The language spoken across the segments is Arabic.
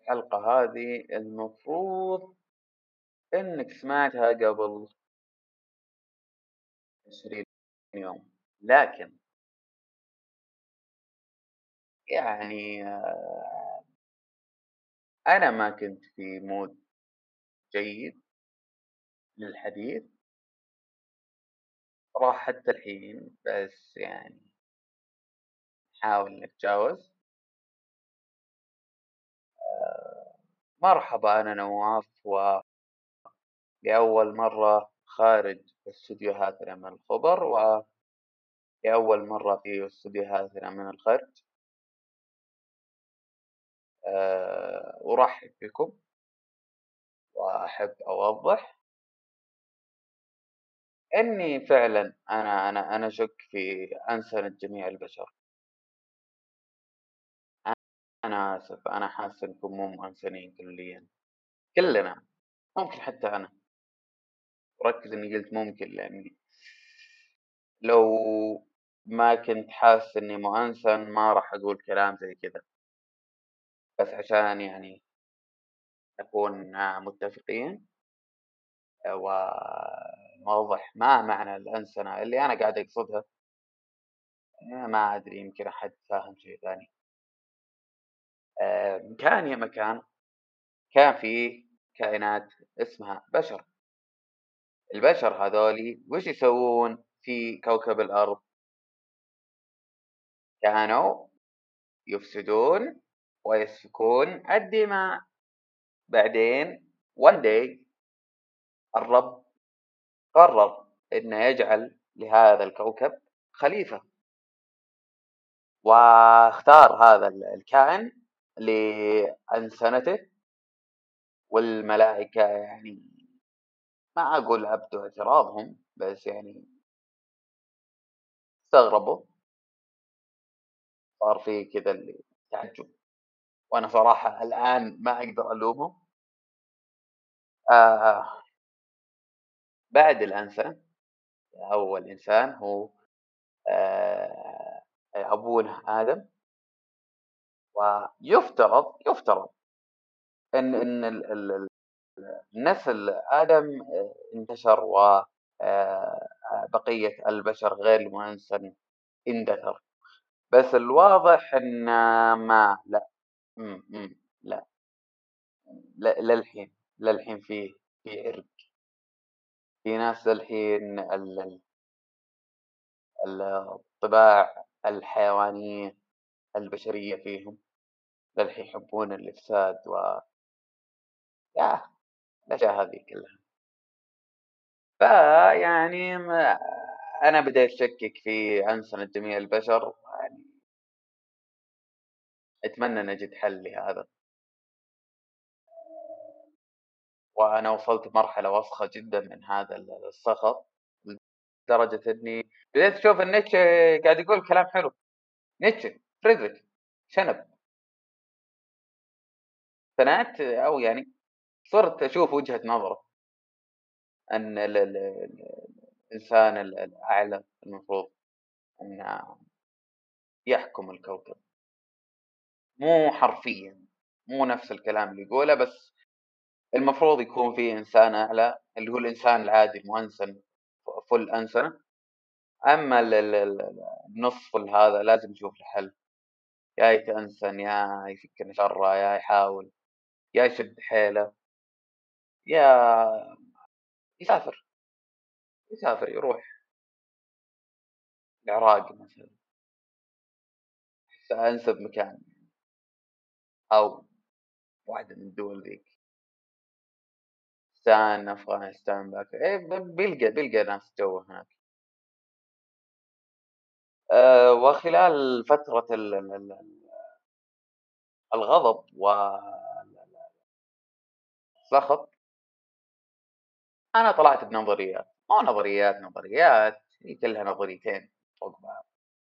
الحلقة هذه المفروض إنك سمعتها قبل 20 يوم، لكن يعني أنا ما كنت في مود جيد للحديث، راح حتى الحين بس يعني نحاول نتجاوز. مرحبا، أنا نواف، ولأول مرة خارج استديوهاتنا من الخبر، ولأول مرة في استديوهاتنا من الخرج. أرحب بكم، وأحب أوضح إني فعلا أنا أشك في أنسنة جميع البشر. أنا آسف، أنا حاسس إنكم مو مؤنسنين كليا، كلنا، ممكن حتى أنا. ركز إني قلت ممكن، لأني لو ما كنت حاسس إني مؤنسن ما راح أقول كلام زي كذا، بس عشان يعني نكون متفقين ونوضح ما معنى الأنسنة اللي أنا قاعد أقصدها. ما أدري، يمكن أحد فاهم شيء ثاني. كان يا مكان كان فيه كائنات اسمها بشر. البشر هذولي وش يسوون في كوكب الأرض؟ كانوا يفسدون ويسفكون الدماء. بعدين one day الرب قرر إنه يجعل لهذا الكوكب خليفة، واختار هذا الكائن لأنسنته. والملائكة يعني ما أقول أبدوا اعتراضهم، بس يعني استغربوا، صار فيه كذا اللي تعجب. وأنا صراحة الآن ما أقدر ألومهم. آه بعد الأنسنة، أول إنسان هو أبونا آدم. ويفترض إن نسل آدم انتشر، وبقية البشر غير المؤنسن اندثر. بس الواضح إن ما لا لا للحين في عرق، في ناس للحين الطباع الحيوانية البشرية فيهم، للحين يحبون الإفساد يا الأشياء هذه كلها. فيعني أنا بديت أشكك في أنسنة جميع البشر. يعني أتمنى نجد حل لهذا. وأنا وصلت مرحلة وسخة جدا من هذا السخط، لدرجة إني بديت أشوف إن نيتشه قاعد يقول كلام حلو. نيتشه فريدريك شنب سنوات، أو يعني صرت أشوف وجهة نظره أن الإنسان الأعلى المفروض أن يحكم الكوكب. مو حرفيا، مو نفس الكلام اللي يقوله، بس المفروض يكون في إنسان أعلى اللي هو الإنسان العادي المؤنسن، فل أنسنة. أما النص فل هذا لازم يشوف له حل، يا يتأنسن، يا يفك شره، يا يحاول، يا يشد حيله، يا يسافر يروح العراق مثلا، أنسب مكان، أو واحدة من الدول ذيك، باكستان، أفغانستان، إيه بيلقى ناس جو هناك. وخلال فترة الغضب والسخط أنا طلعت بنظريات، مو نظريات، هي كلها نظريتين فوق بعض.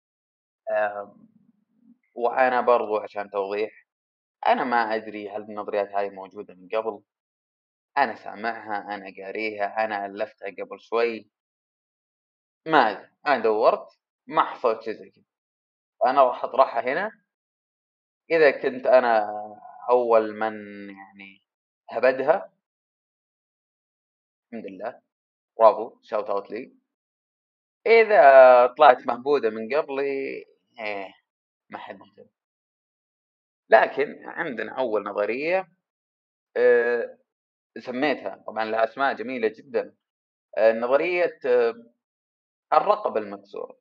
وأنا برضو عشان توضيح، أنا ما أدري هل النظريات هذه موجودة من قبل. أنا سامعها، أنا قاريها، أنا ألفتها قبل شوي، ما أدري. أنا دورت ما حصلت شيء زي كذا، فأنا راح أطرحها هنا. إذا كنت أنا أول من يعني هبدها. الحمد لله، برافو shout out لي. إذا طلعت مهبودة من قبلي، إيه، ما حد مهتم. لكن عندنا أول نظرية، آآ سميتها، طبعًا لها أسماء جميلة جدًا، نظرية الرقبة المكسورة.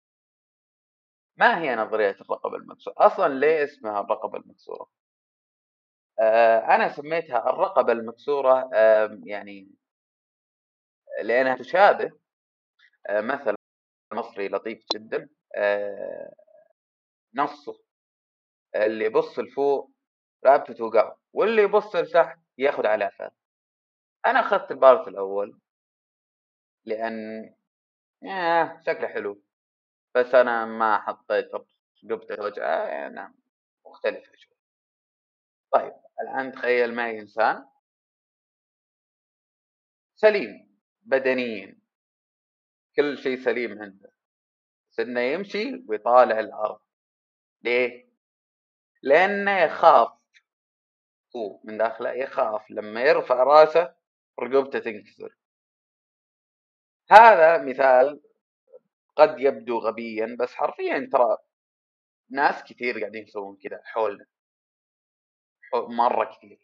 ما هي نظرية الرقبة المكسورة؟ أصلًا ليه اسمها الرقبة المكسورة؟ أنا سميتها الرقبة المكسورة يعني لأنها تشابه مثل مصري لطيف جدًا، آآ نصه اللي يبُص لفوق رقبته توجعه، واللي يبُص لتحت ياخد على قفاه. أنا أخذت البارت الأول لأن شكله حلو، بس أنا ما حطيت رقبته توجعه، أنا مختلفة شوي. طيب الآن تخيل معي إنسان سليم بدنيًا، كل شيء سليم عنده، بس إنه يمشي ويطالع الأرض. ليه؟ لأنه يخاف، هو من داخله يخاف لمّا يرفع راسه رقبته تنكسر. هذا مثال قد يبدو غبيًا، بس حرفيًا ترى ناس كثير قاعدين يسوون كذا حولنا، مرة كثير.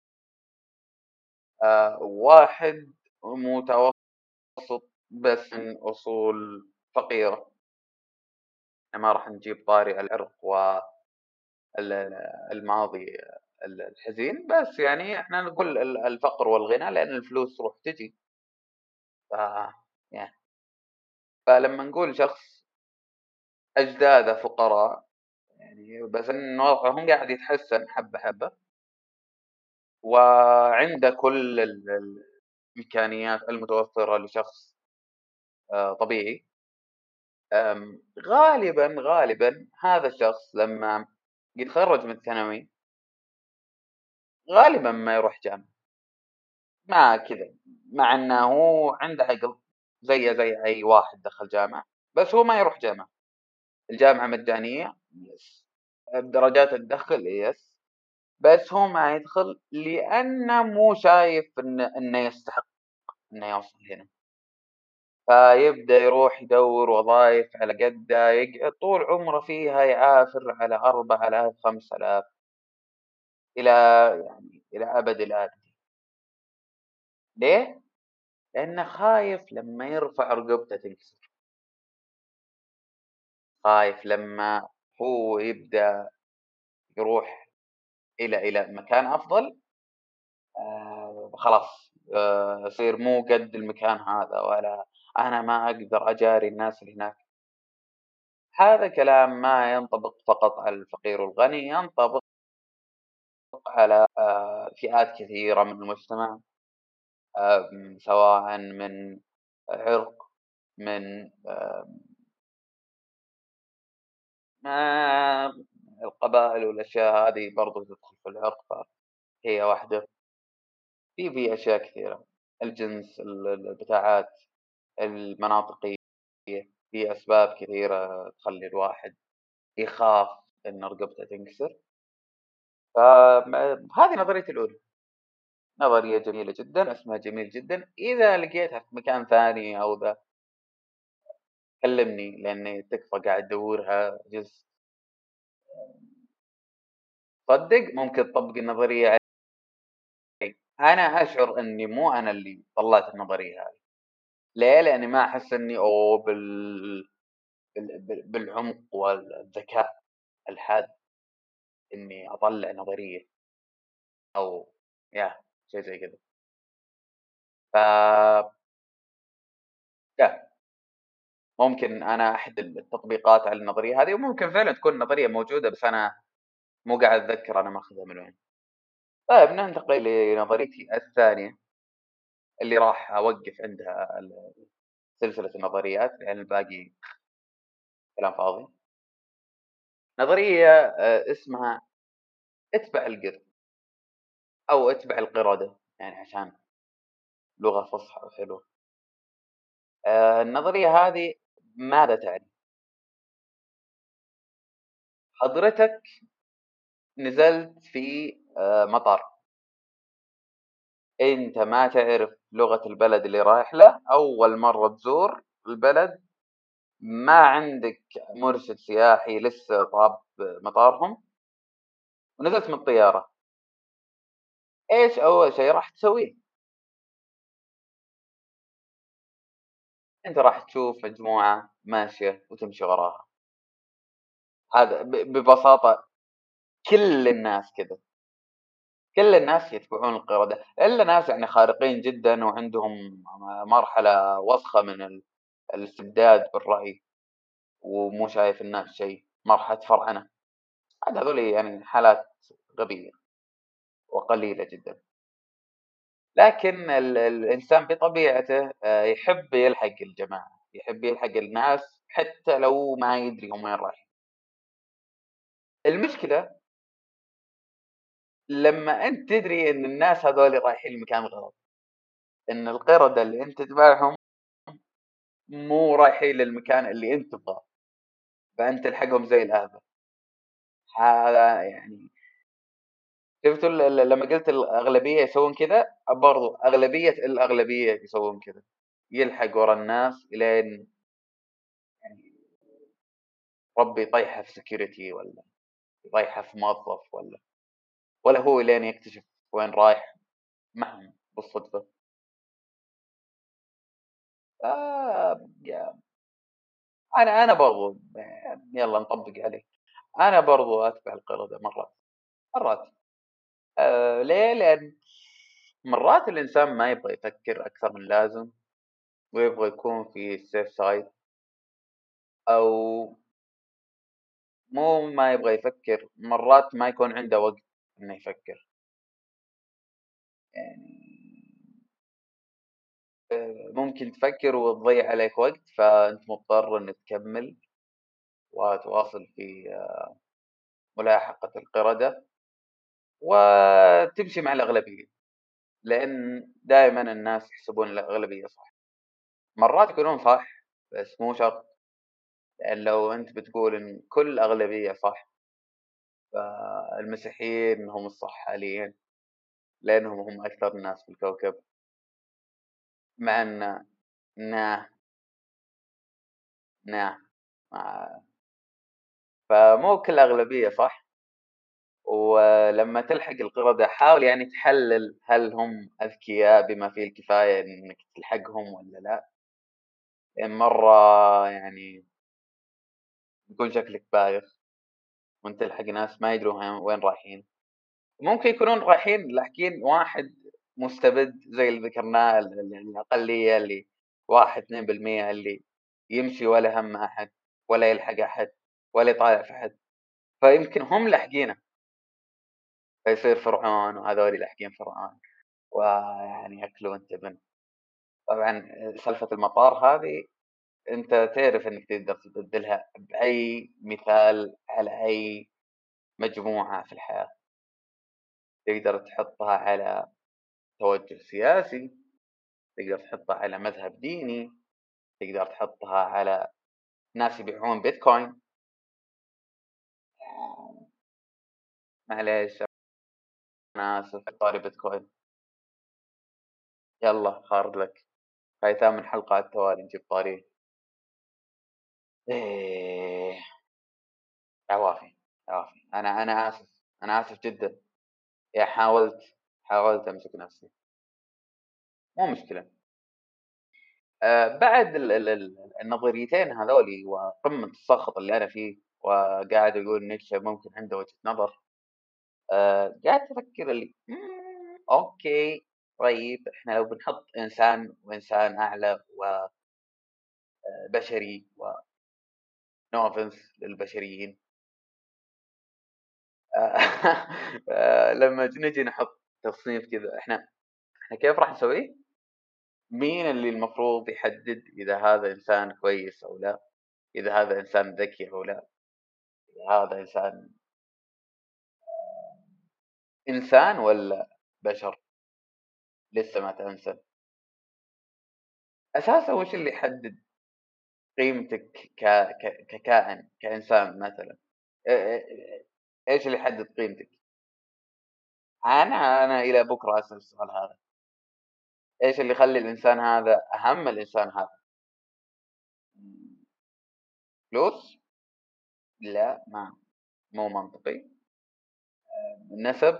واحد متوسط بس من أصول فقيرة، ما راح نجيب طاري العرق ال الماضي الحزين، بس يعني إحنا نقول الفقر والغنى لأن الفلوس تروح تجي. ف يعني فلمّا نقول شخص أجداده فقراء، يعني بس إن وضعهم قاعد يتحسن حبة حبة، وعنده كل الإمكانيات المتوفرة لشخص طبيعي. غالبًا هذا الشخص لمّا يتخرّج من الثانوي غالبًا ما يروح جامعة، ما كذا، مع إنه هو عنده عقل زيه زي أي واحد دخل جامعة، بس هو ما يروح جامعة. الجامعة مجانية يس، بدرجات تدخل يس، بس هو ما يدخل لأنه مو شايف إنه يستحق إنه يوصل هنا. فيبدأ يروح يدور وظايف على قده، يقعد طول عمره فيها يعافر على 4000 5000 إلى يعني إلى أبد الآبدين. ليه؟ لأنه خايف لما يرفع رقبته تنكسر، خايف لما هو يبدأ يروح إلى مكان أفضل، خلاص يصير مو قد المكان هذا، ولا أنا ما أقدر أجاري الناس اللي هناك. هذا كلام ما ينطبق فقط على الفقير والغني، ينطبق على فئات كثيرة من المجتمع، سواء من عرق، من ما القبائل والأشياء هذه برضو تدخل في العرق، فهي واحدة. في أشياء كثيرة، الجنس، البتاعات، المناطقية، في أسباب كثيرة تخلي الواحد يخاف إن رقبته تنكسر. فهذه نظريتي الأولى، نظرية جميلة جدًا، اسمها جميل جدًا. إذا لقيتها في مكان ثاني أو ذا كلمني، لأني تكفى قاعد أدورها جزء. صدق ممكن تطبق النظرية علي. أنا أشعر إني مو أنا اللي طلعت النظرية هذه. ليه؟ لأني ما أحس إني أوه بالعمق والذكاء الحاد إني أطلع نظرية أو شيء زي كذا. ف يا ممكن أنا أحد التطبيقات على النظرية هذه، وممكن فعلًا تكون نظرية موجودة بس أنا مو قاعد أتذكر أنا ماخذها من وين. طيب ننتقل لنظريتي الثانية اللي راح أوقف عندها سلسلة النظريات لأن الباقي كلام فاضي. نظرية اسمها اتبع القرد أو اتبع القردة، يعني عشان لغة فصحى وحلوة. النظرية هذه ماذا تعني؟ حضرتك نزلت في مطار، أنت ما تعرف لغة البلد اللي رايح له، أول مرة تزور البلد، ما عندك مرشد سياحي لسه طاب مطارهم، ونزلت من الطيارة، إيش أول شيء راح تسويه؟ أنت راح تشوف مجموعة ماشية وتمشي وراها، هذا ببساطة كل الناس كذا، كل الناس يتبعون القردة، إلا ناس يعني خارقين جدًا وعندهم مرحلة وسخة من الاستبداد بالرأي، ومو شايف الناس شيء، مرحلة فرعنة، عاد هذول يعني حالات غبية وقليلة جدًا. لكن الإنسان بطبيعته يحب يلحق الجماعة، يحب يلحق الناس حتى لو ما يدري هم وين رايحين. المشكلة لمّا أنت تدري إن الناس هذول رايحين لمكان غلط، إن القردة اللي أنت تتبعهم مو رايحين للمكان اللي أنت تبغاه، فأنت تلحقهم زي الأهبل. هذا يعني شُفتوا لمّا قُلت الأغلبية يسوون كذا، برضو أغلبية الأغلبية يسوون كذا، يلحق ورا الناس إلين يعني ربي يطيحه في security والّا يطيحه في موظف ولا هو لين يكتشف وين رايح معهم بالصدفة. يا أنا برضو يالّا نطبّق عليه، أنا برضو أتبع القردة مرات، مرات. ليه؟ لأن مرات الإنسان ما يبغى يفكر أكثر من اللازم، ويبغى يكون في الsafe side، أو مو ما يبغى يفكر، مرات ما يكون عنده وقت إنه يفكر. يعني ممكن تفكر وتضيع عليك وقت، فأنت مضطر إنك تكمل وتواصل في ملاحقة القردة، وتمشي مع الأغلبية، لأن دائمًا الناس يحسبون الأغلبية صح، مرات يكونون صح بس مو شرط، لأن لو أنت بتقول إن كل الأغلبية صح، فالمسيحيين هم الصح حاليًا، لأنهم هم أكثر الناس في الكوكب، مع إن نه نه ما فمو كل الأغلبية صح. ولمّا تلحق القردة حاول يعني تحلل هل هم أذكياء بما فيه الكفاية إنك تلحقهم والّا لأ، لأن مرة يعني يكون شكلك بايخ وأنت تلحق ناس ما يدرون وين رايحين، ممكن يكونون رايحين لاحقين واحد مستبد زي اللي ذكرناه الأقلية اللي 1، 2% اللي يمشي ولا همّه أحد ولا يلحق أحد ولا يطالع في أحد، فيمكن هم لاحقينه فيصير فرعون وهذول لاحقين فرعون ويعني ياكلون تبن. طبعًا سالفة المطار هذه أنت تعرف إنك تقدر تبدلها بأي مثال على أي مجموعة في الحياة، تقدر تحطها على توجه سياسي، تقدر تحطها على مذهب ديني، تقدر تحطها على ناس يبيعون بيتكوين. معليش أنا آسف طاري بيتكوين، يالّا خارج لك، هاي ثامن حلقة على التوالي نجيب طاريه. إيه عوافي، عوافي، أنا آسف، أنا آسف جدًا، حاولت أمسك نفسي، مو مشكلة. بعد النظريتين هذولي وقمة السخط اللي أنا فيه، وقاعد أقول نيتشه ممكن عنده وجهة نظر، قعدت أفكر اللي أوكي، طيب إحنا لو بنحط إنسان وإنسان أعلى وبشري no offense للبشريين، لما نجي نحط تصنيف كذا إحنا كيف راح نسويه؟ مين اللي المفروض يحدد إذا هذا إنسان كويس أو لا؟ إذا هذا إنسان ذكي أو لا؟ إذا هذا إنسان والّا بشر لسه ما تأنسن؟ أساسًا وش اللي يحدد قيمتك ككائن، كإنسان مثلًا؟ إيش اللي يحدد قيمتك؟ أنا إلى بكرة أسأل السؤال هذا، إيش اللي يخلّي الإنسان هذا أهم الإنسان هذا؟ فلوس؟ لأ، مو منطقي. نسب؟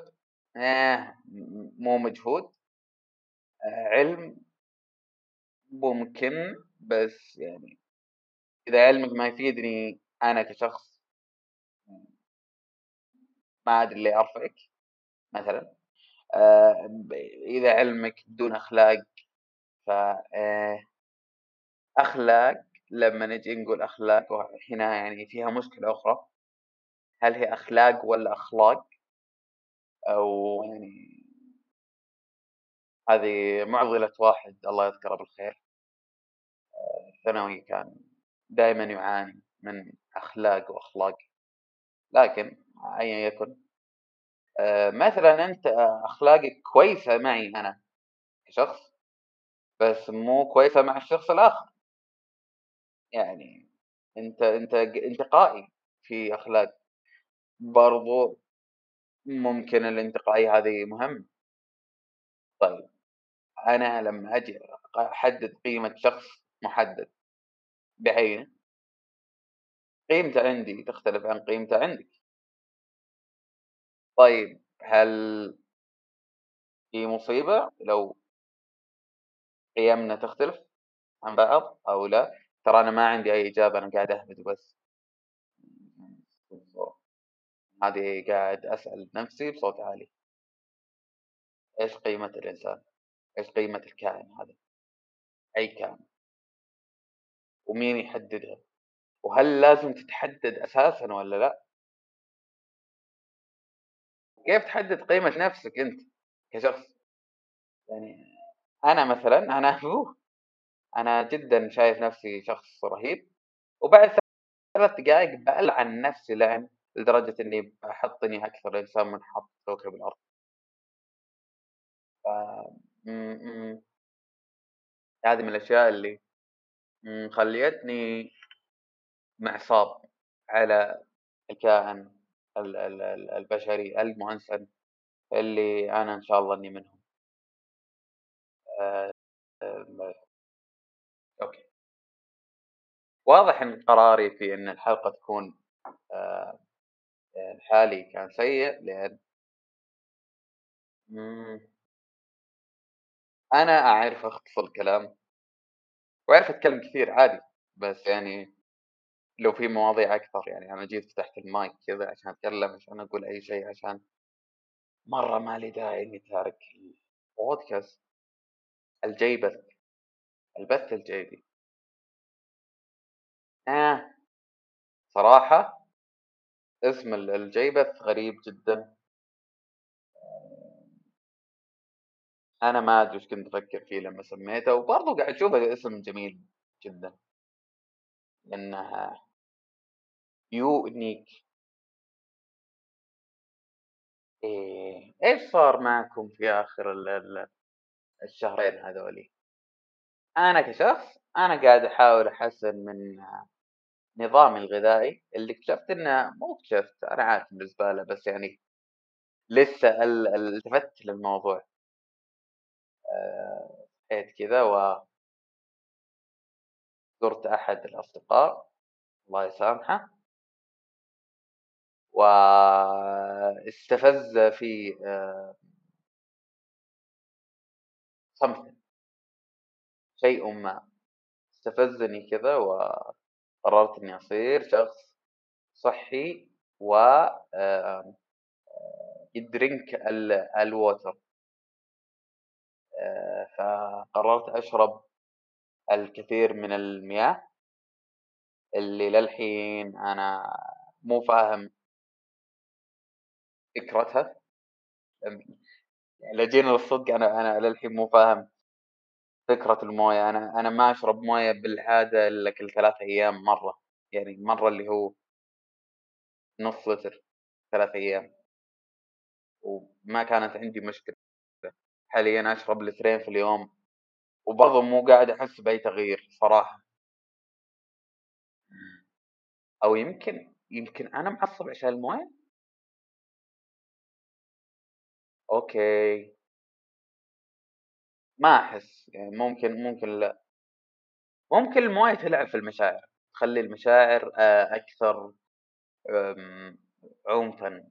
مو مجهود. علم؟ ممكن، بس يعني إذا علمك ما يفيدني أنا كشخص، ما أدري ليه أرفعك مثلًا. ب إذا علمك بدون أخلاق، ف أخلاق، لمّا نجي نقول أخلاق وهنا يعني فيها مشكلة أخرى، هل هي أخلاق والّا أخلاق؟ أو يعني هذه معضلة واحد الله يذكره بالخير، ثانوي كان دايمًا يعاني من أخلاق وأخلاق، لكن أيًا يكن. مثلًا أنت أخلاقك كويسة معي أنا كشخص، بس مو كويسة مع الشخص الآخر. يعني أنت انتقائي في أخلاق، برضو ممكن الانتقائية هذه مهمة. طيب، أنا لمّا آجي أحدد قيمة شخص محدد بعينه، قيمته عندي تختلف عن قيمته عندك. طيب، هل في مصيبة لو قيمنا تختلف عن بعض أو لا؟ ترى أنا ما عندي أي إجابة، أنا قاعد أهبد وبس. هذه قاعد أسأل نفسي بصوت عالي، إيش قيمة الإنسان؟ إيش قيمة الكائن هذا؟ أي كائن، ومين يحددها؟ وهل لازم تتحدد أساسًا والّا لأ؟ كيف تحدد قيمة نفسك أنت كشخص؟ يعني أنا مثلًا أنا جدًا شايف نفسي شخص رهيب، وبعد 3 دقايق بالعن نفسي لعن لدرجة إني باحط إني أكثر إنسان منحط في كوكب الأرض. ف هذه من الأشياء اللي مخليتني معصاب على الكائن البشري المُؤنسن اللي أنا إن شاء الله إني منهم. آمم، أوكي. واضح إن قراري في إن الحلقة تكون آآ، الحالي كان سيء، لأن إمم، أنا أعرف أختصر الكلام وأعرف أتكلم كثير عادي، بس يعني لو في مواضيع أكثر، يعني أنا جيت فتحت المايك كذا عشان أتكلم، عشان أقول أي شيء، عشان مرة ما لي داعي إني تارك البودكاست الجيبة، البث الجيبي. آه، صراحة اسم الجيبث غريب جدًا. أنا ما أدري وش كنت أفكر فيه لمّا سميته، وبرضه قاعد أشوفه اسم جميل جدًا، لأنه يونيك. إيش صار معكم في آخر الشهرين هذولي؟ أنا كشخص، أنا قاعد أحاول أحسّن من نظامي الغذائي، اللي اكتشفت إنه مو اكتشفت، أنا عارف إنه زبالة، بس يعني لسه التفت للموضوع. صحيت كذا وزُرت أحد الأصدقاء الله يسامحه، واستفز في something، شيء ما، استفزني كذا، وقررت إني أصير شخص صحّي و يدرينك الwater. فقررت أشرب الكثير من المياه اللي للحين أنا مو فاهم فكرتها. لو جينا للصدق، أنا للحين مو فاهم فكرة الموية. أنا ما أشرب موية بالعادة إلا كل 3 أيام مرة، يعني مرة اللي هو نص لتر 3 أيام، وما كانت عندي مشكلة. حاليًا أشرب لترين في اليوم، وبرضه مو قاعد أحس بأي تغيير صراحة. أو يمكن أنا معصب عشان الموية؟ أوكي، ما أحس يعني ممكن لأ، ممكن الموية تلعب في المشاعر، تخلّي المشاعر أكثر عنفًا،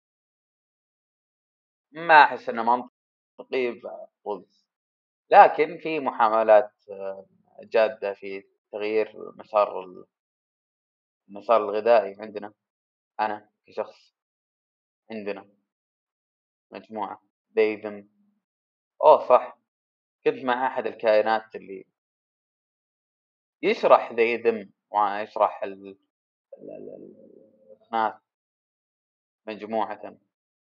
ما أحس إنه منطقي فقُلت، لكن في محاولات جادة في تغيير المسار الغذائي عندنا، أنا كشخص، عندنا مجموعة they them. أوه صح، كنت مع أحد الكائنات اللي يشرح they them ويشرح الناس مجموعةً،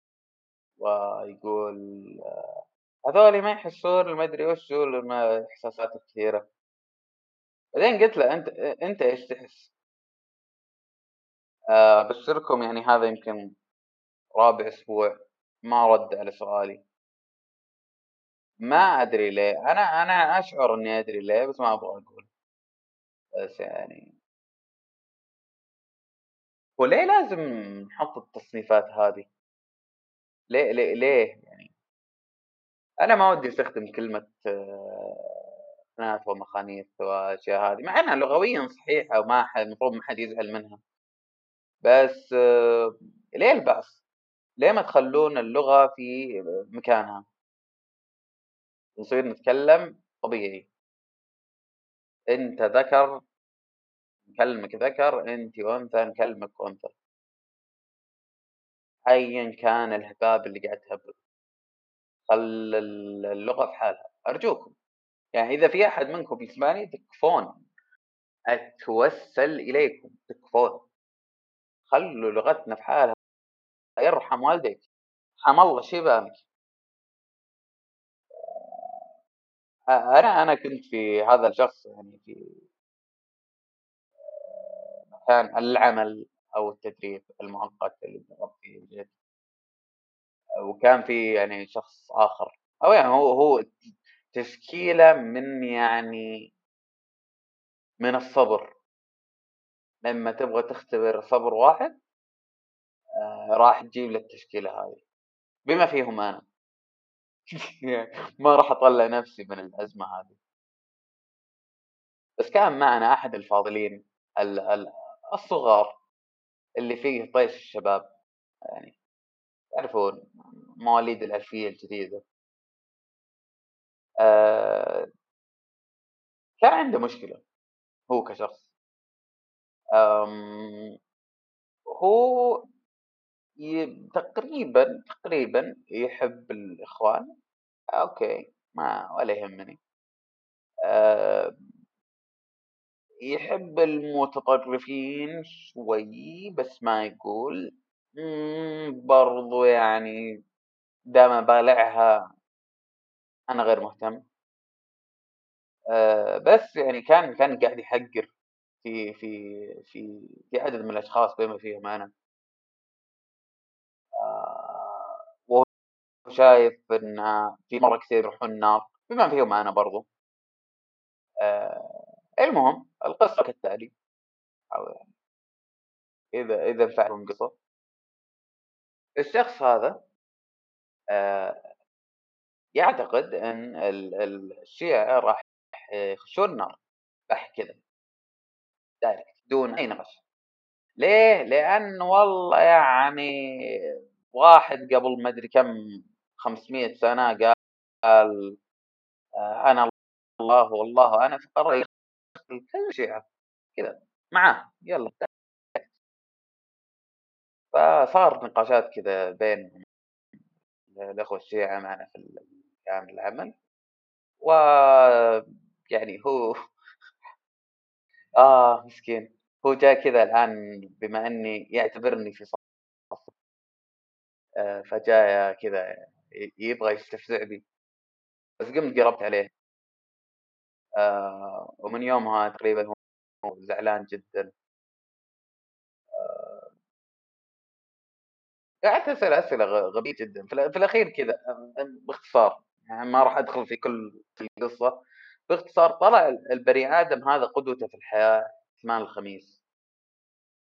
ويقول هذولي ما يحسون ما أدري وشو الإحساسات الكثيرة، بعدين قلت له أنت إيش تحس؟ أبشركم يعني هذا يمكن رابع أسبوع ما رد على سؤالي، ما أدري ليه، أنا أشعر إني أدري ليه بس ما أبغى أقول، بس يعني وليه لازم نحط التصنيفات هذه؟ ليه يعني؟ أنا ما ودي أستخدم كلمة خنات ومخانيث والأشياء هذه، مع إنها لغويًا صحيحة وما حد المفروض ما حد يزعل منها، بس ليه البعث؟ ليه ما تخلّون اللغة في مكانها، ونصير نتكلم طبيعي، أنت ذكر نكلمك ذكر، أنتِ أنثى نكلمك أنثى، أيًا كان الهباب اللي قاعد تهبّله، خل اللغة في حالها، أرجوكم، يعني إذا في أحد منكم يسمعني تكفون، أتوسّل إليكم تكفون، خلّوا لغتنا في حالها، يرحم والديك، يرحم الله شيبانك. أنا كنت في هذا الشخص يعني في مكان العمل أو التدريب المؤقت اللي جربت فيه وجيت، وكان في يعني شخص آخر أو يعني هو تشكيلة من يعني من الصبر، لمّا تبغى تختبر صبر واحد راح تجيب لك التشكيلة هذه، بما فيهم أنا. ما راح أطلّع نفسي من الأزمة هذه، بس كان معنا أحد الفاضلين الصغار اللي فيه طيش الشباب، يعني تعرفون مواليد الألفية الجديدة، آآ كان عنده مشكلة هو كشخص، آمم هو تقريبًا يحب الإخوان، أوكي ما ولا يهمني، آآ يحب المتطرفين شوي بس ما يقول، برضو يعني دام بالعها أنا غير مهتم، بس يعني كان قاعد يحقّر في في في عدد من الأشخاص بما فيهم أنا، وهو شايف إن في مرة كثير يروحون النار بما فيهم أنا برضو، المهم القصة كالتالي، أو يعني إذا فعلًا قصة، الشخص هذا آآ يعتقد إن الشيعة راح يخشون النار، بح كذا دايركت بدون أي نقاش، ليه؟ لأن والله يعني واحد قبل ما أدري كم 500 سنة قال أنا الله والله أنا، فقرر يقتل كل شيعة كذا معاه يالّا، فصار نقاشات كذا بين الأخوة الشيعة معنا في مكان العمل، ويعني هو مسكين، هو جاء كذا الآن بما إني يعتبرني في صفّه، فجاء كذا يبغى يستفزع بي، بس قمت قلبت عليه، ومن يومها تقريبًا هو زعلان جدًا، قعدت أسأل أسئلة غبية جدًا، في الأخير كذا باختصار، يعني ما راح أدخل في القصة، باختصار طلع البني آدم هذا قدوته في الحياة إتمام الخميس،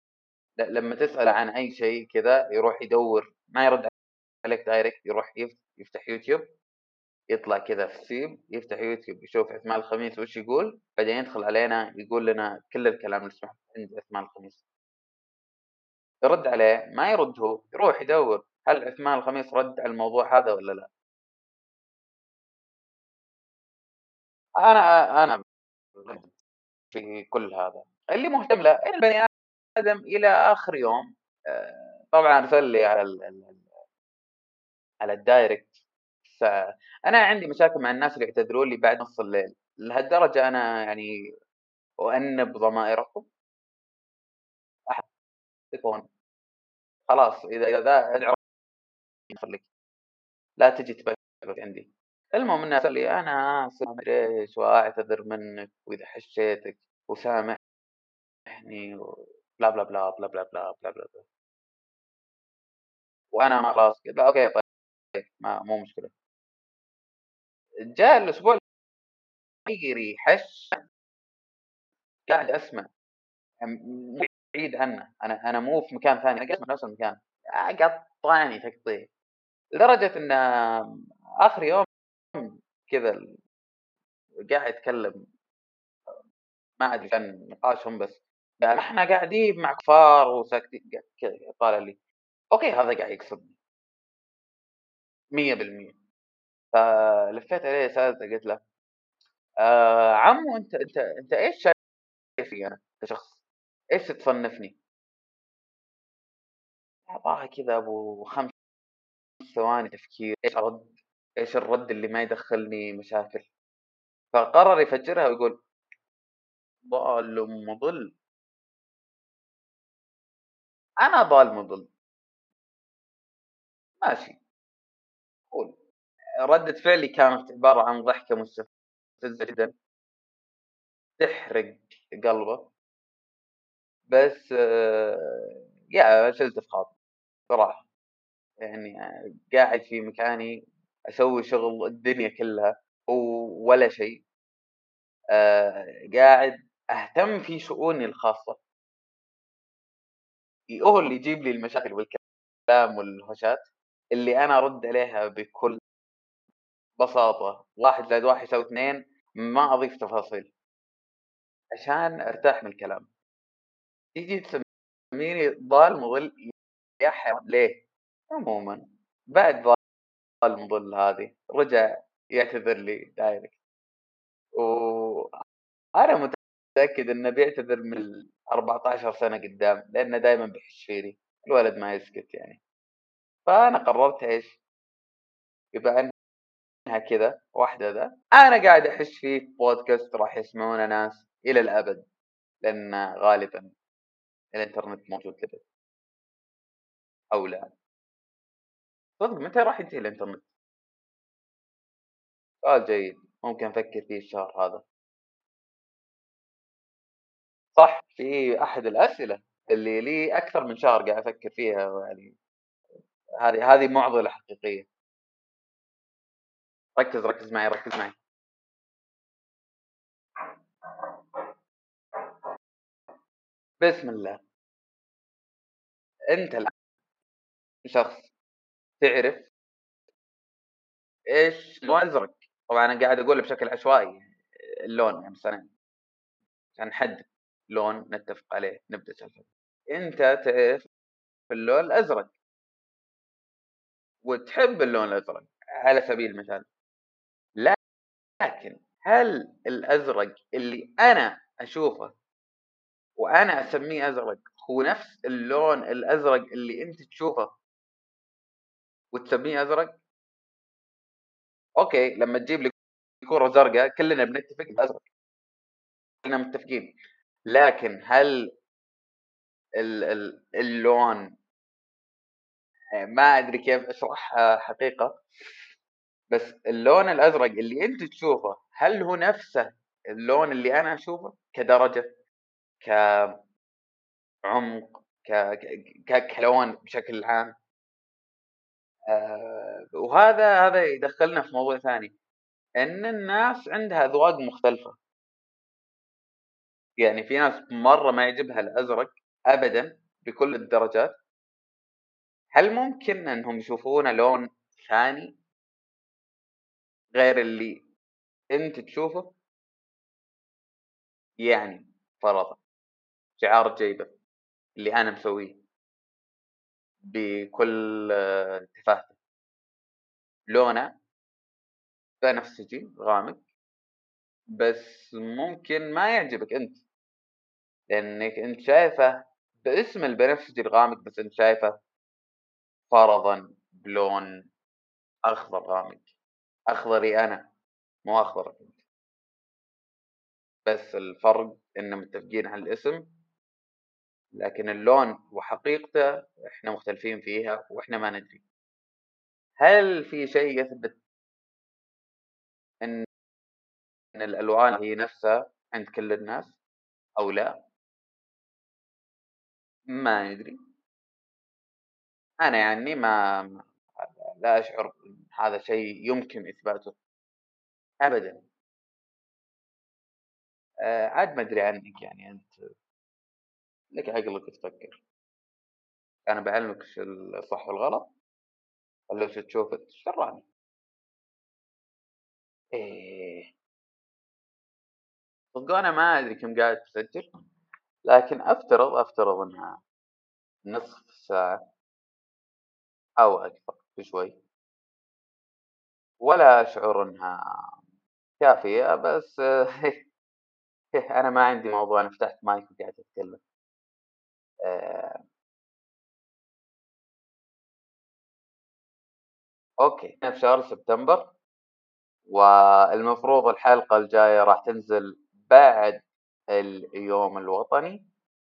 لمّا تسأله عن أي شيء كذا يروح يدوّر، ما يرد عليك direct، يروح يفتح يوتيوب، يطلع كذا في السيب، يفتح يوتيوب يشوف عثمان الخميس وش يقول، بعدين يدخل علينا يقول لنا كل الكلام اللي سمعته عند عثمان الخميس. يرد عليه ما يرد، هو يروح يدور هل عثمان الخميس رد على الموضوع هذا ولا لا. انا في كل هذا اللي مهتم له البني ادم الى اخر يوم. طبعا ارسل لي على على الدايركت. ف انا عندي مشاكل مع الناس اللي يعتذرون لي بعد نص الليل، لهالدرجه انا يعني أؤنب ضمائركم. أحد تكون خلاص إذا ذا ادعوا لك، لا تجي تبكبك عندي. المهم إنه أرسل لي أنا آسف ما أدري إيش وأعتذر منك وإذا حشيتك وسامحني وبلا بلا بلا بلا بلا بلا بلا بلا بلا. وأنا ما خلاص قلت له أوكي طيب ما مو مشكلة. جاء الأسبوع الأخير حش قاعد أسمع مو بعيد عنه، أنا مو في مكان ثاني، أنا قاعد أسمع نفس المكان قطعني تقطيع لدرجة إن آخر يوم كذا قاعد يتكلم ما أدري كان نقاشهم بس قال إحنا قاعدين مع كفار وساكتين كذا طالع لي أوكي هذا قاعد يقصدني 100%. فلفيت عليه سألته قلت له عمو أنت إيش شايف فيي أنا كشخص؟ إيش تصنفني؟ أعطاها كذا أبو 5 ثواني تفكير إيش أرد؟ إيش الرد اللي ما يدخلني مشاكل؟ فقرر يفجرها ويقول ضال مضل. أنا ضال مضل ماشي قول. ردة فعلي كانت عبارة عن ضحكة مستفزة جدا تحرق قلبه، بس يا شلت في خاطري صراحة. يعني قاعد في مكاني أسوي شغل الدنيا كلها ولا شيء. قاعد أهتم في شؤوني الخاصة، هو اللي يجيب لي المشاكل والكلام والهوشات اللي أنا أرد عليها بكل بساطة 1+1 يساوي 2 ما أضيف تفاصيل عشان أرتاح من الكلام. تيجي تسميني ضال مضل يا حيوان ليه؟ عموما بعد ضال مضل هذه رجع يعتذر لي دايركت، وأنا متأكد إنه بيعتذر من 14 سنة قدام لأنه دائما بيحش فيني الولد ما يسكت يعني. فأنا قررت إيش بما إنها كذا واحدة ذا أنا قاعد أحش فيه في بودكاست راح يسمعونه ناس إلى الأبد، لأن غالبا الإنترنت موجود لبد أو لا. صدق متى راح ينتهي الإنترنت؟ سؤال جيد ممكن أفكر فيه الشهر هذا. صح في أحد الأسئلة اللي لي أكثر من شهر قاعد أفكر فيها يعني. هذه معضلة حقيقية. ركز معي ركز معي. بسم الله. أنت الآن شخص تعرف إيش لون أزرق. طبعا أنا قاعد أقوله بشكل عشوائي اللون يعني مثلا عشان نحدد لون نتفق عليه نبدأ سالفة. أنت تعرف اللون الأزرق وتحب اللون الأزرق على سبيل المثال، لكن هل الأزرق اللي أنا أشوفه وأنا أسميه أزرق هو نفس اللون الأزرق اللي أنت تشوفه وتسميه أزرق؟ أوكي لما تجيب لي كرة زرقاء كلنا بنتفق الأزرق كلنا متفقين، لكن هل اللون ما أدري كيف أشرحها حقيقة، بس اللون الأزرق اللي أنت تشوفه هل هو نفسه اللون اللي أنا أشوفه كدرجة كعمق كلون بشكل عام؟ وهذا يدخلنا في موضوع ثاني إن الناس عندها أذواق مختلفة. يعني في ناس مرة ما يعجبها الأزرق أبدا بكل الدرجات. هل ممكن أنهم يشوفونه لون ثاني غير اللي أنت تشوفه. يعني فرضًا شعار جيبة اللي أنا مسويه بكل تفاهته، لونه بنفسجي غامق، بس ممكن ما يعجبك أنت، لأنك أنت شايفه باسم البنفسجي الغامق، بس أنت شايفه فرضًا بلون أخضر غامق، أخضري أنا مو أخضرك أنت، بس الفرق إن متفقين على الاسم، لكن اللون وحقيقته إحنا مختلفين فيها وإحنا ما ندري. هل في شيء يثبت إن الألوان هي نفسها عند كل الناس أو لا؟ ما ندري. أنا يعني ما لا أشعر إن هذا شيء يمكن إثباته أبدًا. عاد ما أدري عنك، يعني أنت لك عقلك تفكر، أنا باعلمك إيش الصح والغلط، والّا وش تشوف أنت؟ إيش دراني؟ إيه، صدقوني أنا ما أدري كم قاعد تسجل، لكن أفترض إنها نصف ساعة أو أكثر بشوي، ولا أشعر إنها كافية، بس أنا ما عندي موضوع، أنا فتحت مايك وقاعد أتكلم. آآ أوكي، إحنا في شهر سبتمبر، والمفروض الحلقة الجاية راح تنزل بعد اليوم الوطني.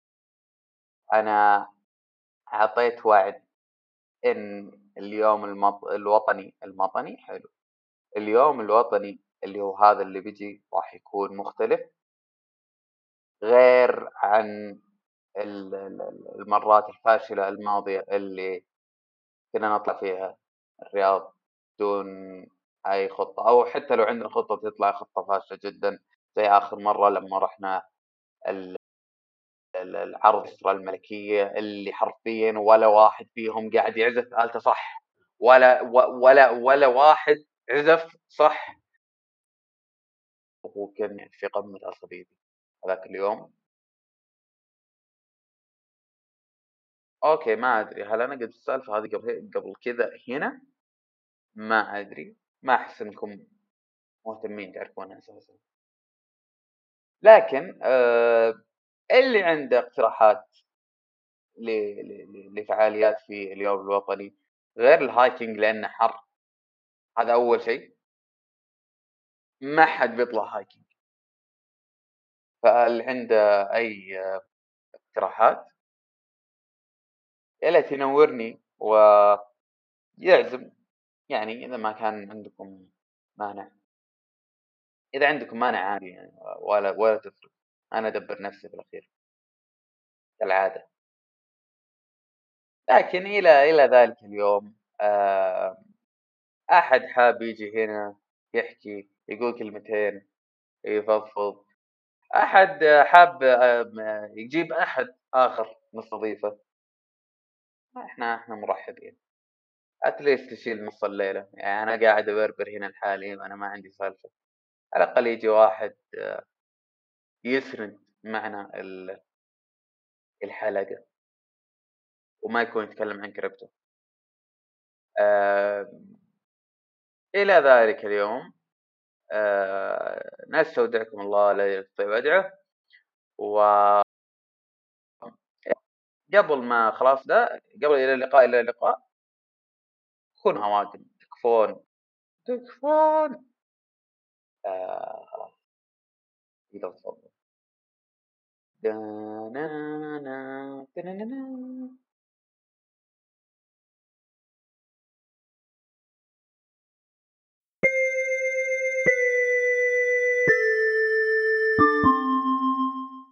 أنا عطيت وعد إن اليوم الوطني حلو، اليوم الوطني اللي هو هذا اللي بيجي راح يكون مختلف، غير عن المرات الفاشلة الماضية اللي كنا نطلع فيها الرياض بدون أي خطة، أو حتى لو عندنا خطة تطلع خطة فاشلة جدًا، زي آخر مرة لمّا رحنا ال ال العرض الأسرة الملكية اللي حرفيًا ولا واحد فيهم قاعد يعزف آلته صح، ولا واحد عزف صح، وهو كان يعني في قمة عصبيته هذاك اليوم. أوكي، ما أدري هل أنا قُلت السالفة هذه قبل كذا هنا؟ ما أدري، ما أحس إنكم مهتمين تعرفونها أساسًا. لكن اللي عنده اقتراحات ل لفعاليات في اليوم الوطني غير الhiking لأنه حر، هذا أول شيء، ما حد بيطلع hiking، فاللي عنده أي اقتراحات يا ليت ينورني ويعزم، يعني إذا ما كان عندكم مانع. إذا عندكم مانع عادي يعني، ولا تفرق، أنا أدبّر نفسي بالأخير كالعادة. لكن إلى ذلك اليوم، أحد حاب ييجي هنا يحكي، يقول كلمتين، يفضفض، أحد حاب يجيب أحد آخر نستضيفه، إحنا مرحبين، at least تشيل نص الليلة، يعني أنا قاعد أبربر هنا لحالي وأنا ما عندي سالفة، على الأقل ييجي واحد يسرد معنا الحلقة، وما يكون يتكلم عن كريبتو. آآ إلى ذلك اليوم، نستودعكم الله الذي لا تضيع وديعه، وقبل ما خلاص قبل إلى اللقاء، كونوا أوادم، تكفون. خلاص تقدر تفضل.